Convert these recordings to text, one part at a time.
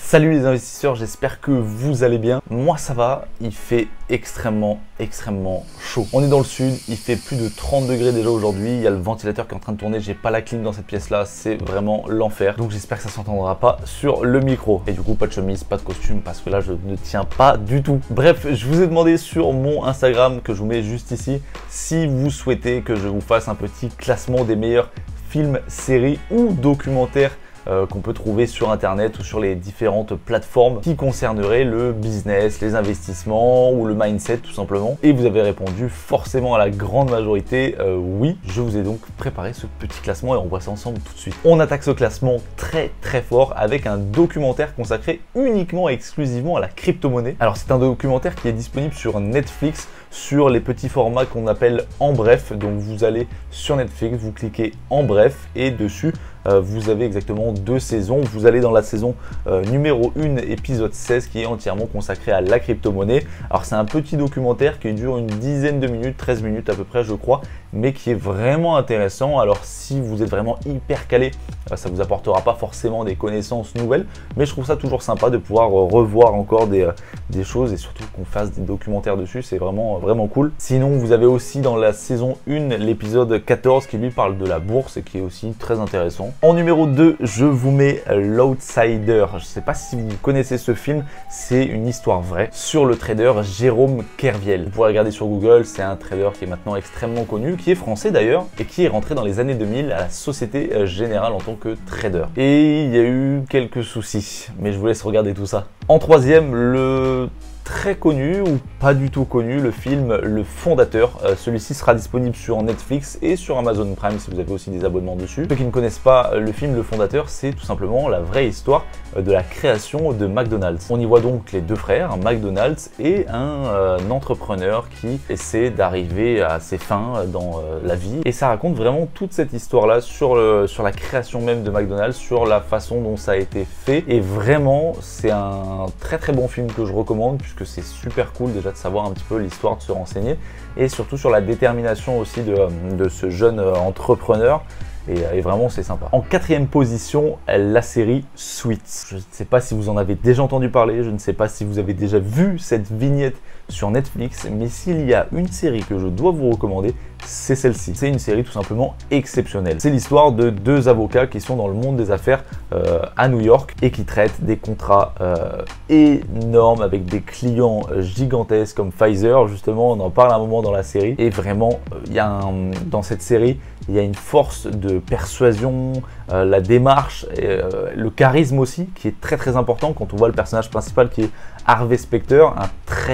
Salut les investisseurs, j'espère que vous allez bien. Moi ça va, il fait extrêmement chaud. On est dans le sud, il fait plus de 30 degrés déjà aujourd'hui. Il y a le ventilateur qui est en train de tourner, j'ai pas la clim dans cette pièce là, c'est vraiment l'enfer. Donc j'espère que ça s'entendra pas sur le micro. Et du coup pas de chemise, pas de costume parce que là je ne tiens pas du tout. Bref, je vous ai demandé sur mon Instagram que je vous mets juste ici si vous souhaitez que je vous fasse un petit classement des meilleurs films, séries ou documentaires qu'on peut trouver sur internet ou sur les différentes plateformes qui concerneraient le business, les investissements ou le mindset tout simplement. Et vous avez répondu forcément à la grande majorité oui. Je vous ai donc préparé ce petit classement et on voit ça ensemble tout de suite. On attaque ce classement très fort avec un documentaire consacré uniquement et exclusivement à la crypto-monnaie. Alors c'est un documentaire qui est disponible sur Netflix sur les petits formats qu'on appelle en bref. Donc vous allez sur Netflix, vous cliquez en bref et dessus vous avez exactement 2 saisons. Vous allez dans la saison numéro 1, épisode 16, qui est entièrement consacré à la crypto-monnaie. Alors c'est un petit documentaire qui dure une dizaine de minutes, 13 minutes à peu près je crois, mais qui est vraiment intéressant. Alors si vous êtes vraiment hyper calé, ça vous apportera pas forcément des connaissances nouvelles, mais je trouve ça toujours sympa de pouvoir revoir encore des choses et surtout qu'on fasse des documentaires dessus, c'est vraiment cool. Sinon vous avez aussi dans la saison 1 l'épisode 14 qui lui parle de la bourse et qui est aussi très intéressant. En numéro 2, je vous mets L'Outsider. Je ne sais pas si vous connaissez ce film, c'est une histoire vraie sur le trader Jérôme Kerviel. Vous pourrez regarder sur Google, c'est un trader qui est maintenant extrêmement connu, qui est français d'ailleurs, et qui est rentré dans les années 2000 à la Société Générale en tant que trader. Et il y a eu quelques soucis, mais je vous laisse regarder tout ça. En troisième, le très connu ou pas du tout connu, le film Le Fondateur. Celui-ci sera disponible sur Netflix et sur Amazon Prime si vous avez aussi des abonnements dessus. Ceux qui ne connaissent pas le film Le Fondateur, c'est tout simplement la vraie histoire de la création de McDonald's. On y voit donc les deux frères, un McDonald's et un entrepreneur qui essaie d'arriver à ses fins dans la vie. Et ça raconte vraiment toute cette histoire-là sur la création même de McDonald's, sur la façon dont ça a été fait. Et vraiment, c'est un très bon film que je recommande puisque c'est super cool déjà de savoir un petit peu l'histoire, de se renseigner et surtout sur la détermination aussi de ce jeune entrepreneur. Et vraiment c'est sympa. En quatrième position, la série Suits. Je ne sais pas si vous en avez déjà entendu parler, je ne sais pas si vous avez déjà vu cette vignette sur Netflix, mais s'il y a une série que je dois vous recommander, c'est celle-ci. C'est une série tout simplement exceptionnelle. C'est l'histoire de deux avocats qui sont dans le monde des affaires à New York et qui traitent des contrats énormes avec des clients gigantesques comme Pfizer. Justement, on en parle un moment dans la série. Et vraiment, dans cette série, il y a une force de persuasion, la démarche, le charisme aussi, qui est très important quand on voit le personnage principal qui est Harvey Specter, un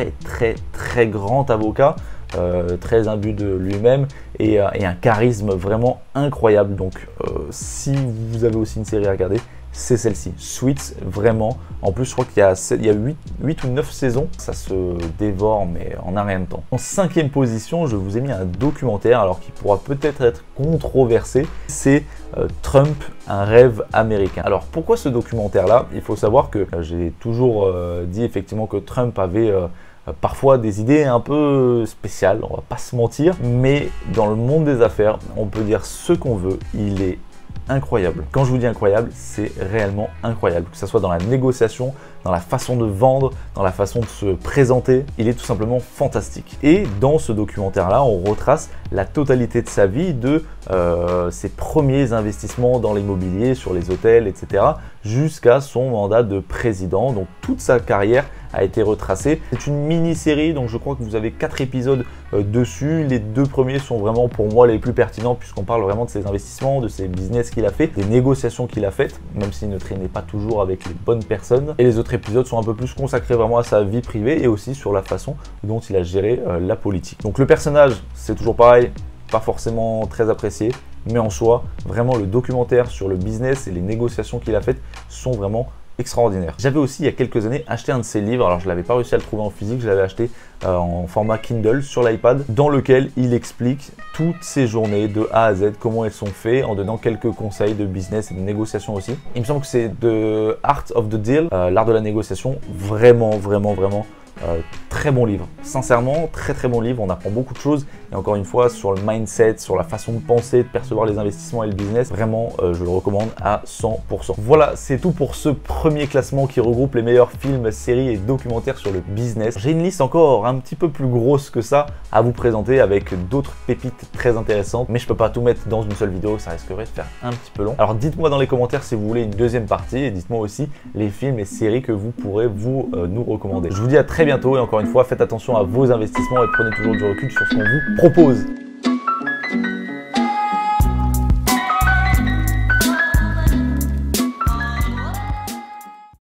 très grand avocat, très imbu de lui-même et un charisme vraiment incroyable. Donc si vous avez aussi une série à regarder, c'est celle-ci, Suits, vraiment. En plus, je crois qu'il y a 8 ou 9 saisons. Ça se dévore, mais en un rien de temps. En cinquième position, je vous ai mis un documentaire, alors qui pourra peut-être être controversé. C'est Trump, un rêve américain. Alors, pourquoi ce documentaire-là? Il faut savoir que j'ai toujours dit effectivement que Trump avait parfois des idées un peu spéciales, on va pas se mentir. Mais dans le monde des affaires, on peut dire ce qu'on veut, il est incroyable. Quand je vous dis incroyable, c'est réellement incroyable. Que ce soit dans la négociation, dans la façon de vendre, dans la façon de se présenter, il est tout simplement fantastique. Et dans ce documentaire-là, on retrace la totalité de sa vie, de ses premiers investissements dans l'immobilier, sur les hôtels, etc., jusqu'à son mandat de président. Donc toute sa carrière a été retracée. C'est une mini-série, donc je crois que vous avez 4 épisodes dessus. Les 2 premiers sont vraiment pour moi les plus pertinents puisqu'on parle vraiment de ses investissements, de ses business qu'il a fait, des négociations qu'il a faites, même s'il ne traînait pas toujours avec les bonnes personnes. Et les autres épisodes sont un peu plus consacrés vraiment à sa vie privée et aussi sur la façon dont il a géré la politique. Donc le personnage, c'est toujours pareil, pas forcément très apprécié, mais en soi, vraiment le documentaire sur le business et les négociations qu'il a faites sont vraiment extraordinaire. J'avais aussi il y a quelques années acheté un de ses livres, alors je n'avais pas réussi à le trouver en physique, je l'avais acheté en format Kindle sur l'iPad, dans lequel il explique toutes ses journées de A à Z, comment elles sont faites, en donnant quelques conseils de business et de négociation aussi. Il me semble que c'est The Art of the Deal, l'art de la négociation, vraiment très bon livre. Sincèrement, très bon livre. On apprend beaucoup de choses. Et encore une fois, sur le mindset, sur la façon de penser, de percevoir les investissements et le business, vraiment, je le recommande à 100%. Voilà, c'est tout pour ce premier classement qui regroupe les meilleurs films, séries et documentaires sur le business. J'ai une liste encore un petit peu plus grosse que ça à vous présenter avec d'autres pépites très intéressantes. Mais je peux pas tout mettre dans une seule vidéo, ça risquerait de faire un petit peu long. Alors dites-moi dans les commentaires si vous voulez une deuxième partie et dites-moi aussi les films et séries que vous pourrez nous recommander. Je vous dis à très bientôt et encore une fois, faites attention à vos investissements et prenez toujours du recul sur ce qu'on vous propose.